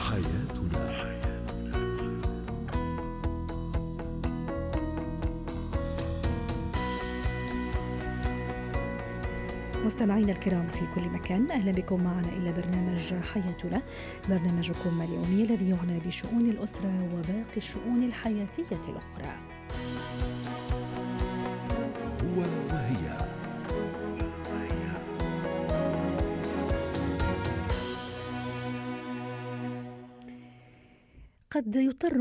حياتنا. مستمعينا الكرام في كل مكان، أهلا بكم معنا إلى برنامج حياتنا، برنامجكم اليومي الذي يعنى بشؤون الأسرة وباقي الشؤون الحياتية الأخرى. هو وهي. قد يضطر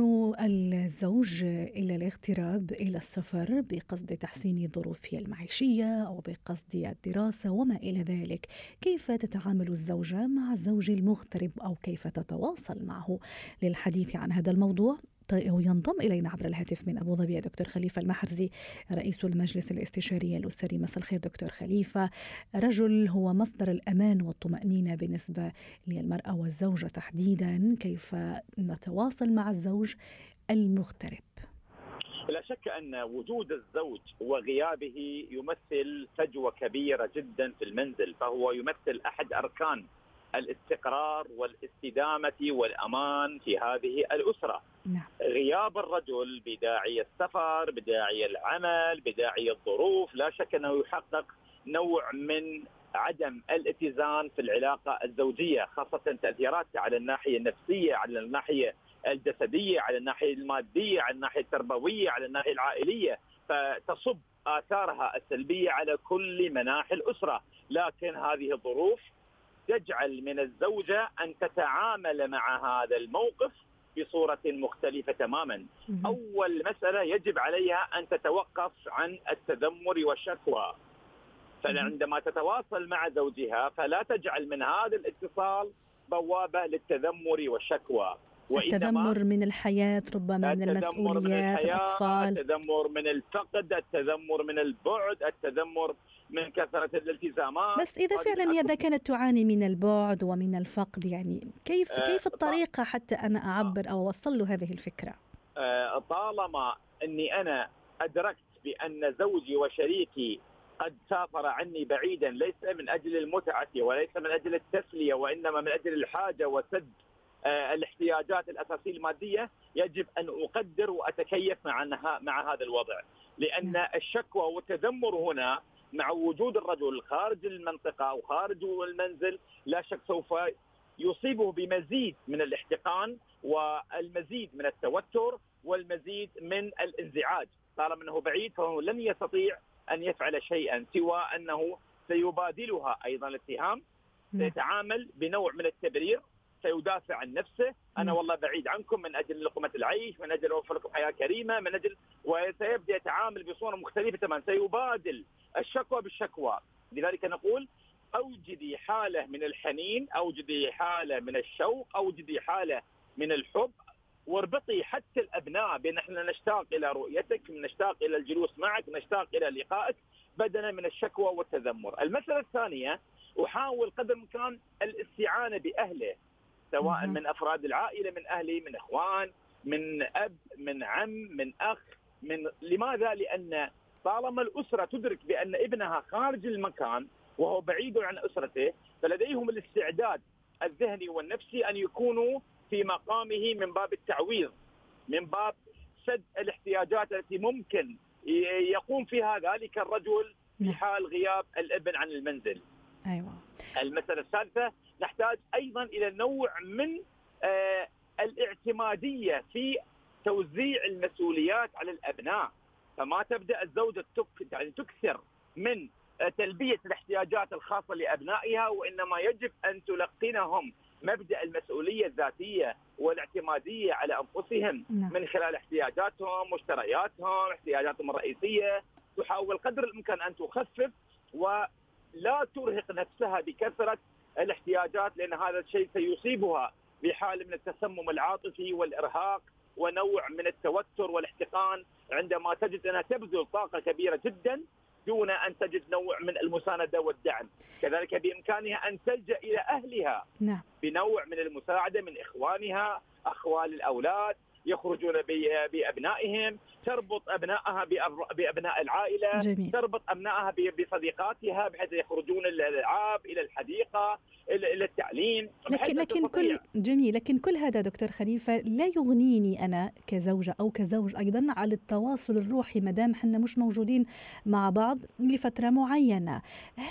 الزوج إلى الاغتراب إلى السفر بقصد تحسين ظروفه المعيشية أو بقصد الدراسة وما إلى ذلك. كيف تتعامل الزوجة مع الزوج المغترب أو كيف تتواصل معه؟ للحديث عن هذا الموضوع ينضم إلينا عبر الهاتف من أبو ظبي دكتور خليفة المحرزي، رئيس المجلس الاستشاري الأسري. مساء الخير دكتور خليفة. رجل هو مصدر الأمان والطمأنينة بالنسبة للمرأة والزوجة تحديدا، كيف نتواصل مع الزوج المغترب؟ لا شك أن وجود الزوج وغيابه يمثل فجوة كبيرة جدا في المنزل، فهو يمثل أحد أركان الاستقرار والاستدامة والأمان في هذه الأسرة. نعم. غياب الرجل بداعي السفر، بداعي العمل، بداعي الظروف، لا شك أنه يحقق نوع من عدم الاتزان في العلاقة الزوجية، خاصة تأثيراتها على الناحية النفسية، على الناحية الجسدية، على الناحية المادية، على الناحية التربوية، على الناحية العائلية، فتصب آثارها السلبية على كل مناحي الأسرة. لكن هذه الظروف تجعل من الزوجة أن تتعامل مع هذا الموقف بصورة مختلفة تماما. أول مسألة يجب عليها أن تتوقف عن التذمر والشكوى، فعندما تتواصل مع زوجها فلا تجعل من هذا الاتصال بوابة للتذمر والشكوى. التذمر من الحياة، ربما من المسؤوليات، الأطفال، التذمر من الفقد، التذمر من البعد، التذمر من كثرة الالتزامات. بس إذا كانت تعاني من البعد ومن الفقد، يعني كيف الطريقة حتى أنا أعبر أو أوصل له هذه الفكرة؟ طالما أني أنا أدركت بأن زوجي وشريكي قد سافر عني بعيدا، ليس من أجل المتعة وليس من أجل التسلية، وإنما من أجل الحاجة وسد الاحتياجات الأساسية المادية، يجب أن أقدر وأتكيف مع هذا الوضع، لأن الشكوى والتذمر هنا مع وجود الرجل خارج المنطقة أو خارج المنزل لا شك سوف يصيبه بمزيد من الاحتقان والمزيد من التوتر والمزيد من الانزعاج. طالما أنه بعيد فهو لن يستطيع أن يفعل شيئا سوى أنه سيبادلها أيضا الاتهام، سيتعامل بنوع من التبرير، سيدافع عن نفسه، أنا والله بعيد عنكم من أجل لقمة العيش، من أجل أوفر لكم حياة كريمة، من أجل، وسيبدأ يتعامل بصورة مختلفة تماما، سيبادل الشكوى بالشكوى. لذلك نقول أوجدي حالة من الحنين، أوجدي حالة من الشوق، أوجدي حالة من الحب، واربطي حتى الأبناء بأن احنا نشتاق إلى رؤيتك، نشتاق إلى الجلوس معك، نشتاق إلى لقائك، بدلا من الشكوى والتذمر. المسألة الثانية، أحاول قدر الإمكان الاستعانة بأهله، سواء من أفراد العائلة، من أهلي، من إخوان، من أب، من عم، من أخ. لماذا؟ لأن طالما الأسرة تدرك بأن ابنها خارج المكان وهو بعيد عن أسرته، فلديهم الاستعداد الذهني والنفسي أن يكونوا في مقامه من باب التعويض، من باب سد الاحتياجات التي ممكن يقوم فيها ذلك الرجل في حال غياب الابن عن المنزل. أيوة. المسألة الثالثة، نحتاج أيضا إلى نوع من الاعتمادية في توزيع المسؤوليات على الأبناء، فما تبدأ الزوجة تكثر من تلبية الاحتياجات الخاصة لأبنائها، وإنما يجب أن تلقنهم مبدأ المسؤولية الذاتية والاعتمادية على أنفسهم من خلال احتياجاتهم، مشترياتهم، احتياجاتهم الرئيسية. تحاول قدر الإمكان أن تخفف ولا ترهق نفسها بكثرة الاحتياجات، لأن هذا الشيء سيصيبها بحالة من التسمم العاطفي والإرهاق ونوع من التوتر والاحتقان، عندما تجد أنها تبذل طاقة كبيرة جدا دون أن تجد نوع من المساندة والدعم. كذلك بإمكانها أن تلجأ إلى أهلها بنوع من المساعدة من إخوانها، أخوال الأولاد، يخرجون بأبنائهم، تربط أبنائها بأبناء العائلة. جميل. تربط أبنائها بصديقاتها بحيث يخرجون إلى الألعاب، إلى الحديقة، إلى التعليم. لكن كل هذا دكتور خليفة لا يغنيني أنا كزوجة أو كزوج أيضا على التواصل الروحي مدام حنا مش موجودين مع بعض لفترة معينة.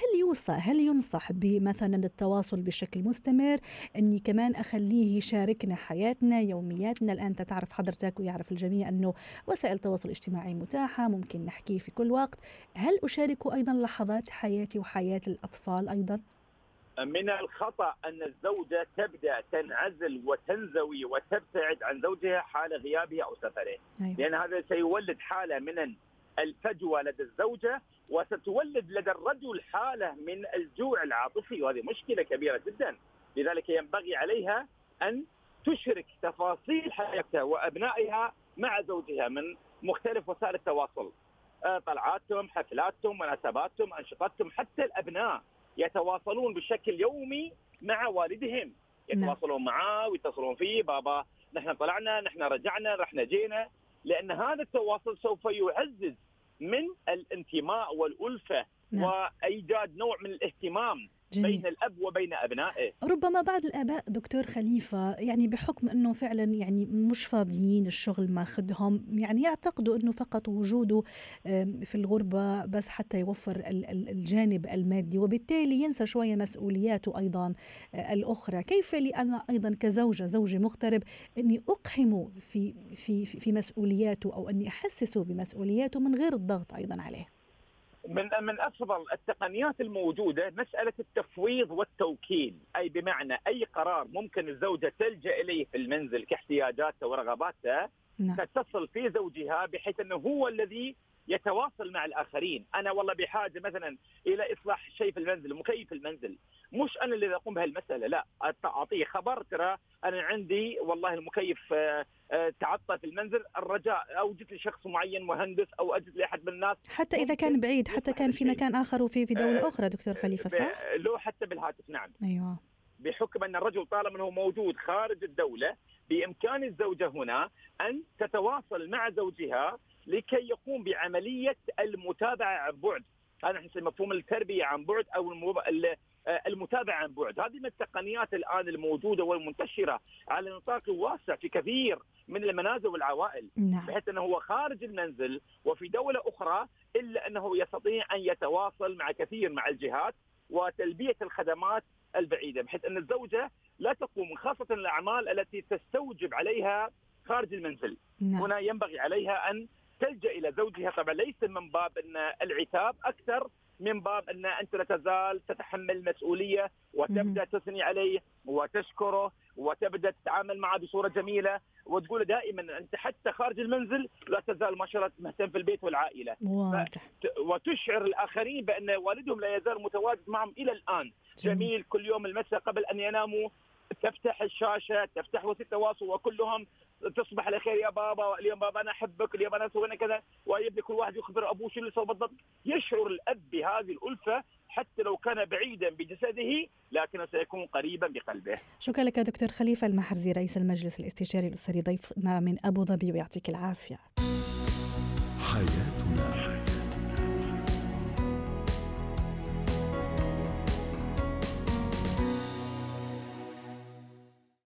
هل ينصح بمثلا التواصل بشكل مستمر، أني كمان أخليه يشاركنا حياتنا يومياتنا؟ الآن تعرف حضرتك ويعرف الجميع أنه وسائل التواصل الاجتماعي متاحة، ممكن نحكيه في كل وقت. هل أشارك أيضا لحظات حياتي وحياة الأطفال أيضا؟ من الخطأ أن الزوجة تبدأ تنعزل وتنزوي وتبتعد عن زوجها حال غيابه أو سفره. أيوة. لأن هذا سيولد حالة من الفجوة لدى الزوجة، وستولد لدى الرجل حالة من الجوع العاطفي، وهذه مشكلة كبيرة جدا. لذلك ينبغي عليها أن تشرك تفاصيل حياتها وأبنائها مع زوجها من مختلف وسائل التواصل، طلعاتهم، حفلاتهم، مناسباتهم، أنشطتهم. حتى الأبناء يتواصلون بشكل يومي مع والدهم، يتواصلون معه ويتصلون فيه، بابا نحن طلعنا، نحن رجعنا، رحنا جينا، لأن هذا التواصل سوف يعزز من الانتماء والألفة وإيجاد نوع من الاهتمام. جميل. بين الأب وبين أبنائه. ربما بعض الآباء دكتور خليفة يعني بحكم أنه فعلا يعني مش فاضيين، الشغل ماخذهم، يعني يعتقدوا أنه فقط وجوده في الغربة بس حتى يوفر الجانب المادي، وبالتالي ينسى شوية مسؤولياته أيضا الأخرى. كيف لي أنا أيضا كزوجة مغترب أني أقحمه في مسؤولياته، أو أني أحسسه بمسؤولياته من غير الضغط أيضا عليه؟ من أفضل التقنيات الموجودة مسألة التفويض والتوكيل، أي بمعنى أي قرار ممكن الزوجة تلجأ إليه في المنزل كاحتياجاتها ورغباتها تتصل في زوجها بحيث أنه هو الذي يتواصل مع الآخرين. أنا والله بحاجة مثلا إلى إصلاح شيء في المنزل، مكيف المنزل، مش أنا اللي أقوم بهالمسألة، لا، أعطيه خبر، ترى أنا عندي والله المكيف تعطل في المنزل، الرجاء أوجد لي شخص معين، مهندس، أو أجد لي أحد من الناس، حتى إذا كان بعيد، حتى كان في مكان آخر وفي دولة أخرى دكتور خليفة، صح؟ لو حتى بالهاتف. نعم. أيوة. بحكم أن الرجل طالما هو موجود خارج الدولة، بإمكان الزوجة هنا أن تتواصل مع زوجها لكي يقوم بعملية المتابعة عن بعد. هذا نحن مفهوم التربية عن بعد أو المتابعة عن بعد. هذه من التقنيات الآن الموجودة والمنتشرة على نطاق واسع في كثير من المنازل والعوائل. نعم. بحيث أنه هو خارج المنزل وفي دولة أخرى، إلا أنه يستطيع أن يتواصل مع كثير مع الجهات وتلبية الخدمات البعيدة، بحيث أن الزوجة لا تقوم خاصة الأعمال التي تستوجب عليها خارج المنزل. نعم. هنا ينبغي عليها أن تلجأ إلى زوجها، طبعا ليس من باب أن العتاب، أكثر من باب أن أنت لا تزال تتحمل المسؤولية وتبدأ تثني عليه وتشكره وتبدأ تتعامل معه بصورة جميلة، وتقول دائما أنت حتى خارج المنزل لا تزال ما شاء الله مهتم في البيت والعائلة. وتشعر الآخرين بأن والدهم لا يزال متواجد معهم إلى الآن. جميل. كل يوم المساء قبل أن يناموا تفتح الشاشة، تفتح وسيلة التواصل، وكلهم تصبح على خير يا بابا، اليوم بابا أنا أحبك، اليوم أنا سوينا كذا، ويبدأ كل واحد يخبر أبوه شو اللي سوى بالضبط. يشعر الأب بهذه الألفة حتى لو كان بعيدا بجسده، لكنه سيكون قريبا بقلبه. شكرا لك دكتور خليفة المحرزي، رئيس المجلس الاستشاري الأسري، ضيفنا من أبو ظبي، ويعطيك العافية. حياتنا.